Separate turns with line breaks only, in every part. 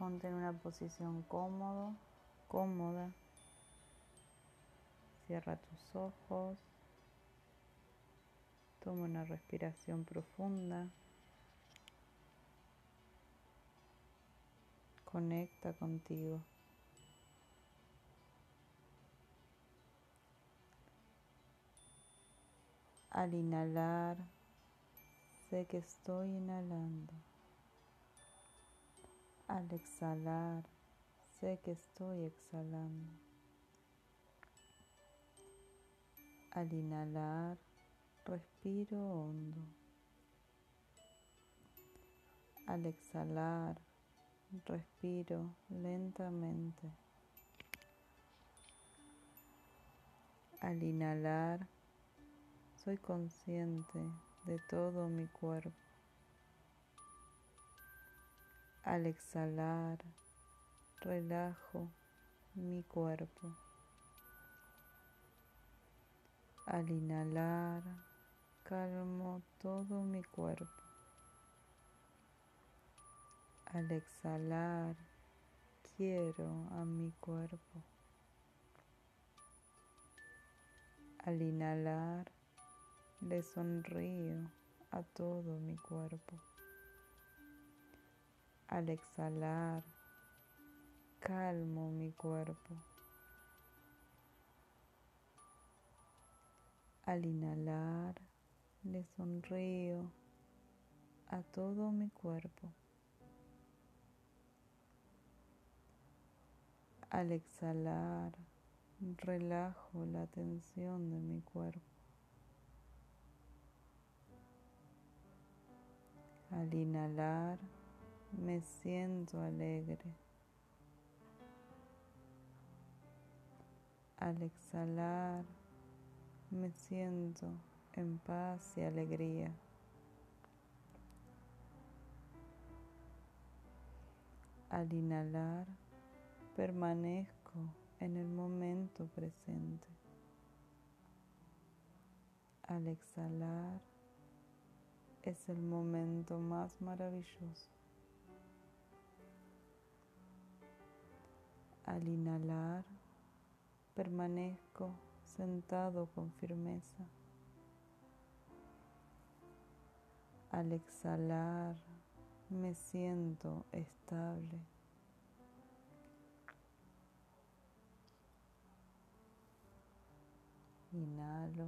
Ponte en una posición cómoda. Cierra tus ojos. Toma una respiración profunda. Conecta contigo. Al inhalar, sé que estoy inhalando. Al exhalar, sé que estoy exhalando. Al inhalar, respiro hondo. Al exhalar, respiro lentamente. Al inhalar, soy consciente de todo mi cuerpo. Al exhalar, relajo mi cuerpo. Al inhalar, calmo todo mi cuerpo. Al exhalar, quiero a mi cuerpo. Al inhalar, le sonrío a todo mi cuerpo. Al exhalar, calmo mi cuerpo. Al inhalar, le sonrío a todo mi cuerpo. Al exhalar, relajo la tensión de mi cuerpo. Al inhalar, me siento alegre. Al exhalar, me siento en paz y alegría. Al inhalar, permanezco en el momento presente. Al exhalar, es el momento más maravilloso. Al inhalar, permanezco sentado con firmeza. Al exhalar, me siento estable. Inhalo.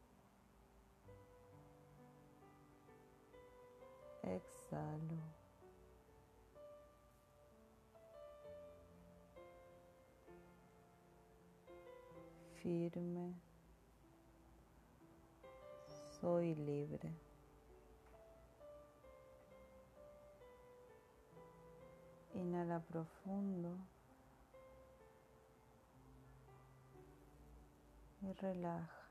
Exhalo. Firme. Soy libre. Inhala profundo y relaja.